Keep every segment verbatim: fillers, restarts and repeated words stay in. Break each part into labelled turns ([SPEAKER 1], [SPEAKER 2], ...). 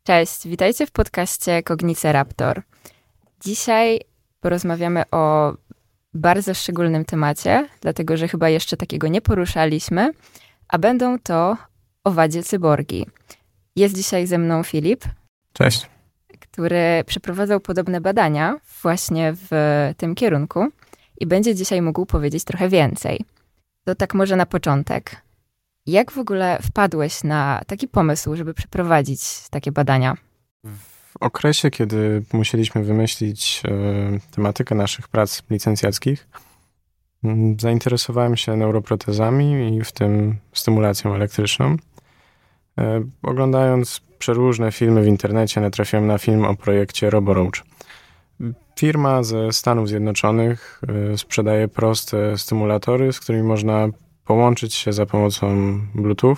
[SPEAKER 1] Cześć, witajcie w podcaście Kogniceraptor. Dzisiaj porozmawiamy o bardzo szczególnym temacie, dlatego że chyba jeszcze takiego nie poruszaliśmy, a będą to owadzie cyborgi. Jest dzisiaj ze mną Filip.
[SPEAKER 2] Cześć.
[SPEAKER 1] Który przeprowadzał podobne badania właśnie w tym kierunku i będzie dzisiaj mógł powiedzieć trochę więcej. To tak może na początek. Jak w ogóle wpadłeś na taki pomysł, żeby przeprowadzić takie badania?
[SPEAKER 2] W okresie, kiedy musieliśmy wymyślić e, tematykę naszych prac licencjackich, m, zainteresowałem się neuroprotezami i w tym stymulacją elektryczną. E, oglądając przeróżne filmy w internecie, natrafiłem na film o projekcie Roboroach. Firma ze Stanów Zjednoczonych e, sprzedaje proste stymulatory, z którymi można połączyć się za pomocą Bluetooth.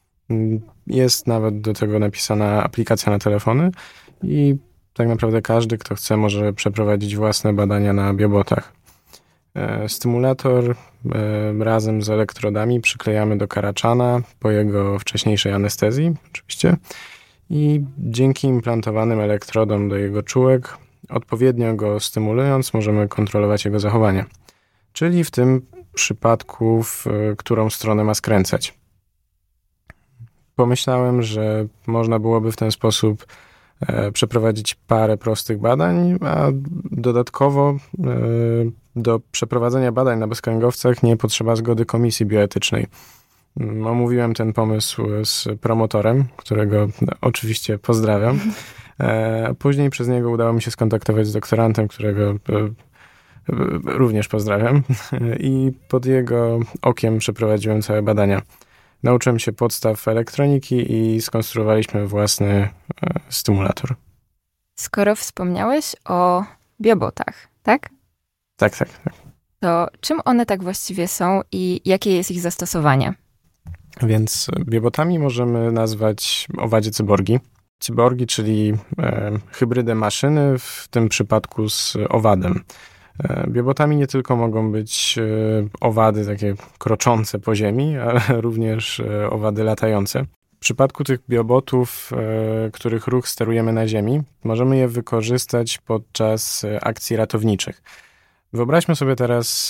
[SPEAKER 2] Jest nawet do tego napisana aplikacja na telefony i tak naprawdę każdy, kto chce, może przeprowadzić własne badania na biobotach. Stymulator razem z elektrodami przyklejamy do karaczana po jego wcześniejszej anestezji oczywiście i dzięki implantowanym elektrodom do jego czułek, odpowiednio go stymulując, możemy kontrolować jego zachowanie. Czyli w tym przypadku, w którą stronę ma skręcać. Pomyślałem, że można byłoby w ten sposób e, przeprowadzić parę prostych badań, a dodatkowo e, do przeprowadzenia badań na bezkręgowcach nie potrzeba zgody komisji bioetycznej. Omówiłem ten pomysł z promotorem, którego oczywiście pozdrawiam. E, później przez niego udało mi się skontaktować z doktorantem, którego e, również pozdrawiam. I pod jego okiem przeprowadziłem całe badania. Nauczyłem się podstaw elektroniki i skonstruowaliśmy własny e, stymulator.
[SPEAKER 1] Skoro wspomniałeś o biobotach, tak?
[SPEAKER 2] Tak, tak, tak.
[SPEAKER 1] To czym one tak właściwie są i jakie jest ich zastosowanie?
[SPEAKER 2] Więc biobotami możemy nazwać owadzie cyborgi. Cyborgi, czyli e, hybrydę maszyny, w tym przypadku z owadem. Biobotami nie tylko mogą być owady takie kroczące po ziemi, ale również owady latające. W przypadku tych biobotów, których ruch sterujemy na ziemi, możemy je wykorzystać podczas akcji ratowniczych. Wyobraźmy sobie teraz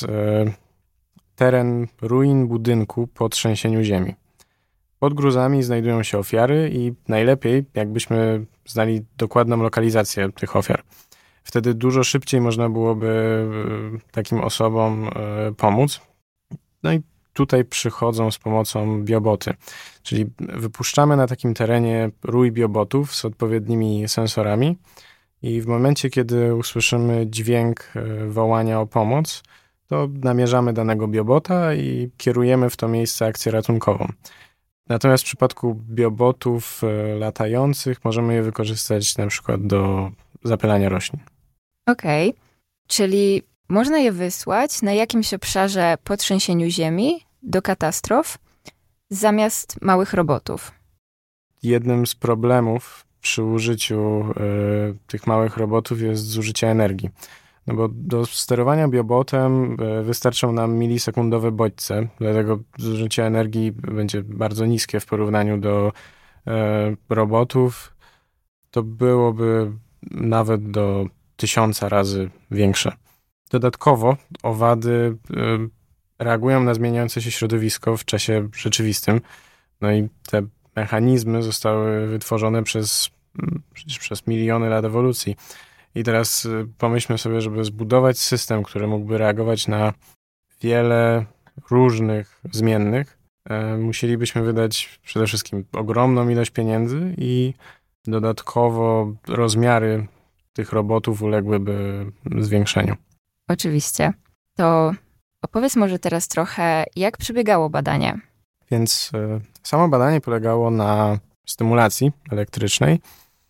[SPEAKER 2] teren ruin budynku po trzęsieniu ziemi. Pod gruzami znajdują się ofiary i najlepiej, jakbyśmy znali dokładną lokalizację tych ofiar. Wtedy dużo szybciej można byłoby takim osobom pomóc. No i tutaj przychodzą z pomocą bioboty. Czyli wypuszczamy na takim terenie rój biobotów z odpowiednimi sensorami i w momencie, kiedy usłyszymy dźwięk wołania o pomoc, to namierzamy danego biobota i kierujemy w to miejsce akcję ratunkową. Natomiast w przypadku biobotów latających możemy je wykorzystać na przykład do zapylania roślin.
[SPEAKER 1] Okej, okay. Czyli można je wysłać na jakimś obszarze po trzęsieniu ziemi do katastrof zamiast małych robotów.
[SPEAKER 2] Jednym z problemów przy użyciu y, tych małych robotów jest zużycie energii. No bo do sterowania biobotem y, wystarczą nam milisekundowe bodźce, dlatego zużycie energii będzie bardzo niskie w porównaniu do y, robotów. To byłoby nawet do tysiąca razy większe. Dodatkowo owady y, reagują na zmieniające się środowisko w czasie rzeczywistym. No i te mechanizmy zostały wytworzone przez, przecież przez miliony lat ewolucji. I teraz y, pomyślmy sobie, żeby zbudować system, który mógłby reagować na wiele różnych zmiennych, y, musielibyśmy wydać przede wszystkim ogromną ilość pieniędzy i dodatkowo rozmiary tych robotów uległyby zwiększeniu.
[SPEAKER 1] Oczywiście. To opowiedz może teraz trochę, jak przebiegało badanie.
[SPEAKER 2] Więc y, samo badanie polegało na stymulacji elektrycznej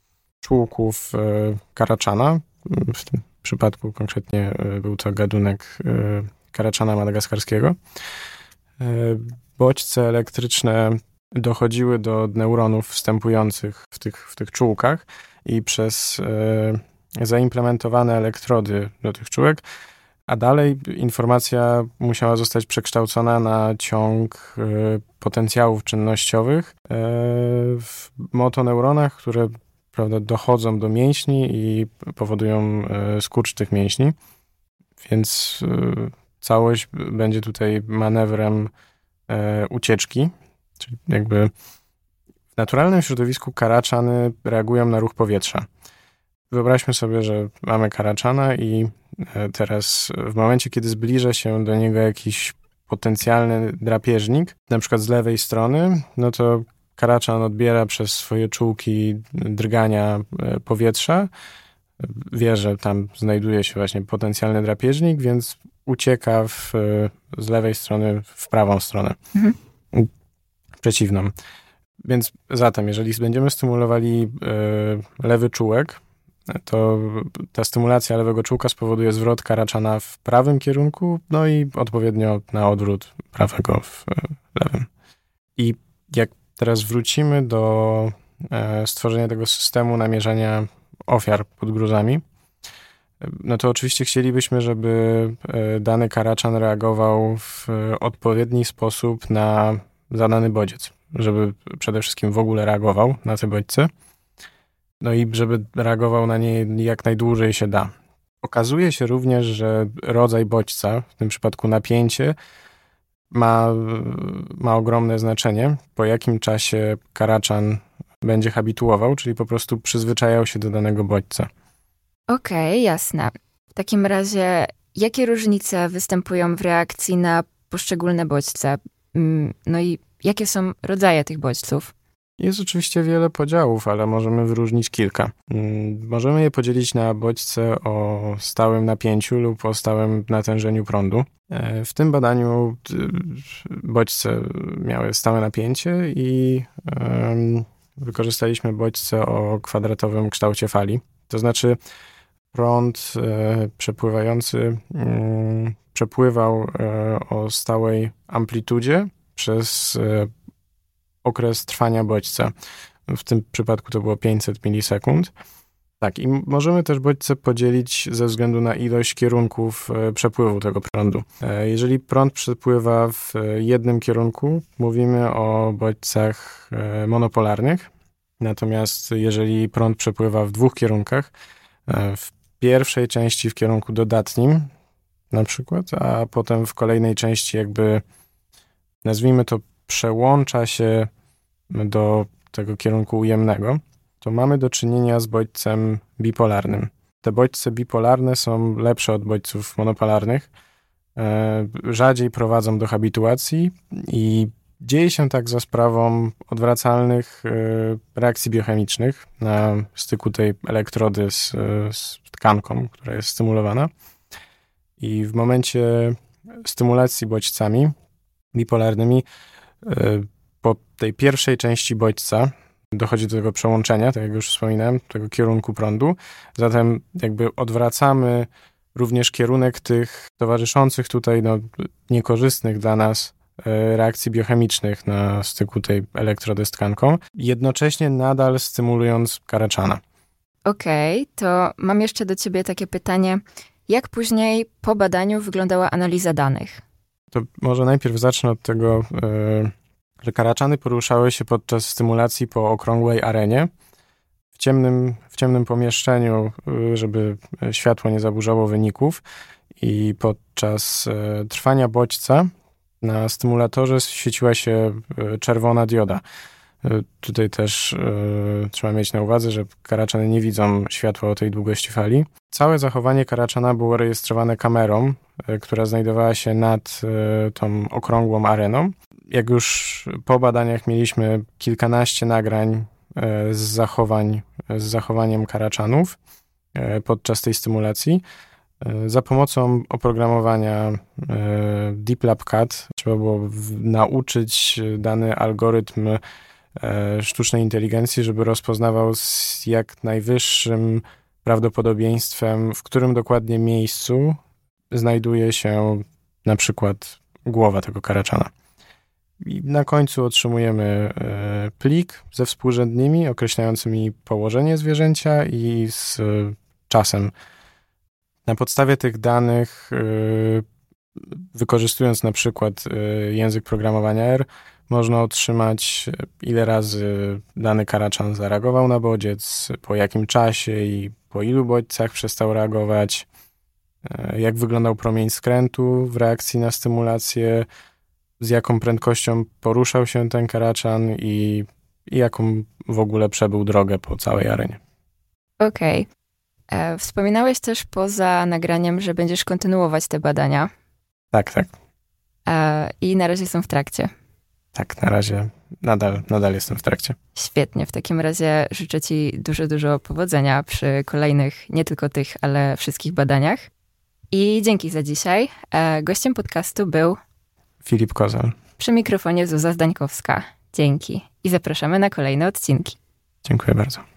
[SPEAKER 2] czółków y, karaczana. W tym przypadku konkretnie y, był to gadunek y, karaczana madagaskarskiego. Y, bodźce elektryczne dochodziły do neuronów wstępujących w tych, w tych czółkach i przez y, zaimplementowane elektrody do tych czółek, a dalej informacja musiała zostać przekształcona na ciąg y, potencjałów czynnościowych y, w motoneuronach, które prawda, dochodzą do mięśni i powodują skurcz tych mięśni. Więc całość będzie tutaj manewrem ucieczki, czyli jakby w naturalnym środowisku karaczany reagują na ruch powietrza. Wyobraźmy sobie, że mamy karaczana i teraz w momencie, kiedy zbliża się do niego jakiś potencjalny drapieżnik, na przykład z lewej strony, no to karaczan odbiera przez swoje czułki drgania powietrza, wie, że tam znajduje się właśnie potencjalny drapieżnik, więc ucieka w, z lewej strony w prawą stronę, mhm. przeciwną. Więc zatem, jeżeli będziemy stymulowali y, lewy czułek, to ta stymulacja lewego czułka spowoduje zwrot karaczana w prawym kierunku, no i odpowiednio na odwrót prawego w lewym. I jak teraz wrócimy do y, stworzenia tego systemu namierzania ofiar pod gruzami, no to oczywiście chcielibyśmy, żeby dany karaczan reagował w odpowiedni sposób na zadany bodziec, żeby przede wszystkim w ogóle reagował na te bodźce, no i żeby reagował na nie jak najdłużej się da. Okazuje się również, że rodzaj bodźca, w tym przypadku napięcie, ma, ma ogromne znaczenie, po jakim czasie karaczan będzie habituował, czyli po prostu przyzwyczajał się do danego bodźca.
[SPEAKER 1] Okej, okay, jasne. W takim razie, jakie różnice występują w reakcji na poszczególne bodźce? No i jakie są rodzaje tych bodźców?
[SPEAKER 2] Jest oczywiście wiele podziałów, ale możemy wyróżnić kilka. Możemy je podzielić na bodźce o stałym napięciu lub o stałym natężeniu prądu. W tym badaniu bodźce miały stałe napięcie i wykorzystaliśmy bodźce o kwadratowym kształcie fali. To znaczy prąd przepływający przepływał o stałej amplitudzie przez okres trwania bodźca. W tym przypadku to było pięćset milisekund. Tak, i możemy też bodźce podzielić ze względu na ilość kierunków przepływu tego prądu. Jeżeli prąd przepływa w jednym kierunku, mówimy o bodźcach monopolarnych. Natomiast jeżeli prąd przepływa w dwóch kierunkach, w pierwszej części w kierunku dodatnim na przykład, a potem w kolejnej części jakby, nazwijmy to, przełącza się do tego kierunku ujemnego, to mamy do czynienia z bodźcem bipolarnym. Te bodźce bipolarne są lepsze od bodźców monopolarnych, rzadziej prowadzą do habituacji i dzieje się tak za sprawą odwracalnych reakcji biochemicznych na styku tej elektrody z, z tkanką, która jest stymulowana. I w momencie stymulacji bodźcami bipolarnymi po tej pierwszej części bodźca dochodzi do tego przełączenia, tak jak już wspominałem, tego kierunku prądu. Zatem jakby odwracamy również kierunek tych towarzyszących tutaj no, niekorzystnych dla nas reakcji biochemicznych na styku tej elektrody z tkanką, jednocześnie nadal stymulując karaczana.
[SPEAKER 1] Okej, okay, to mam jeszcze do ciebie takie pytanie. Jak później po badaniu wyglądała analiza danych?
[SPEAKER 2] To może najpierw zacznę od tego, że karaczany poruszały się podczas stymulacji po okrągłej arenie, w ciemnym, w ciemnym pomieszczeniu, żeby światło nie zaburzało wyników, i podczas trwania bodźca na stymulatorze świeciła się czerwona dioda. Tutaj też y, trzeba mieć na uwadze, że karaczany nie widzą światła o tej długości fali. Całe zachowanie karaczana było rejestrowane kamerą, y, która znajdowała się nad y, tą okrągłą areną. Jak już po badaniach mieliśmy kilkanaście nagrań y, z zachowań, z zachowaniem karaczanów y, podczas tej stymulacji, y, za pomocą oprogramowania y, DeepLabCut trzeba było w, nauczyć dany algorytm sztucznej inteligencji, żeby rozpoznawał z jak najwyższym prawdopodobieństwem, w którym dokładnie miejscu znajduje się na przykład głowa tego karaczana. I na końcu otrzymujemy plik ze współrzędnymi określającymi położenie zwierzęcia i z czasem. Na podstawie tych danych, wykorzystując na przykład język programowania R, można otrzymać, ile razy dany karaczan zareagował na bodziec, po jakim czasie i po ilu bodźcach przestał reagować, jak wyglądał promień skrętu w reakcji na stymulację, z jaką prędkością poruszał się ten karaczan i, i jaką w ogóle przebył drogę po całej arenie.
[SPEAKER 1] Okej. Okay. Wspominałeś też poza nagraniem, że będziesz kontynuować te badania.
[SPEAKER 2] Tak, tak.
[SPEAKER 1] E, I na razie są w trakcie.
[SPEAKER 2] Tak, na razie nadal, nadal jestem w trakcie.
[SPEAKER 1] Świetnie. W takim razie życzę ci dużo, dużo powodzenia przy kolejnych, nie tylko tych, ale wszystkich badaniach. I dzięki za dzisiaj. E, gościem podcastu był
[SPEAKER 2] Filip Kozal.
[SPEAKER 1] Przy mikrofonie Zuza Zdańkowska. Dzięki. I zapraszamy na kolejne odcinki.
[SPEAKER 2] Dziękuję bardzo.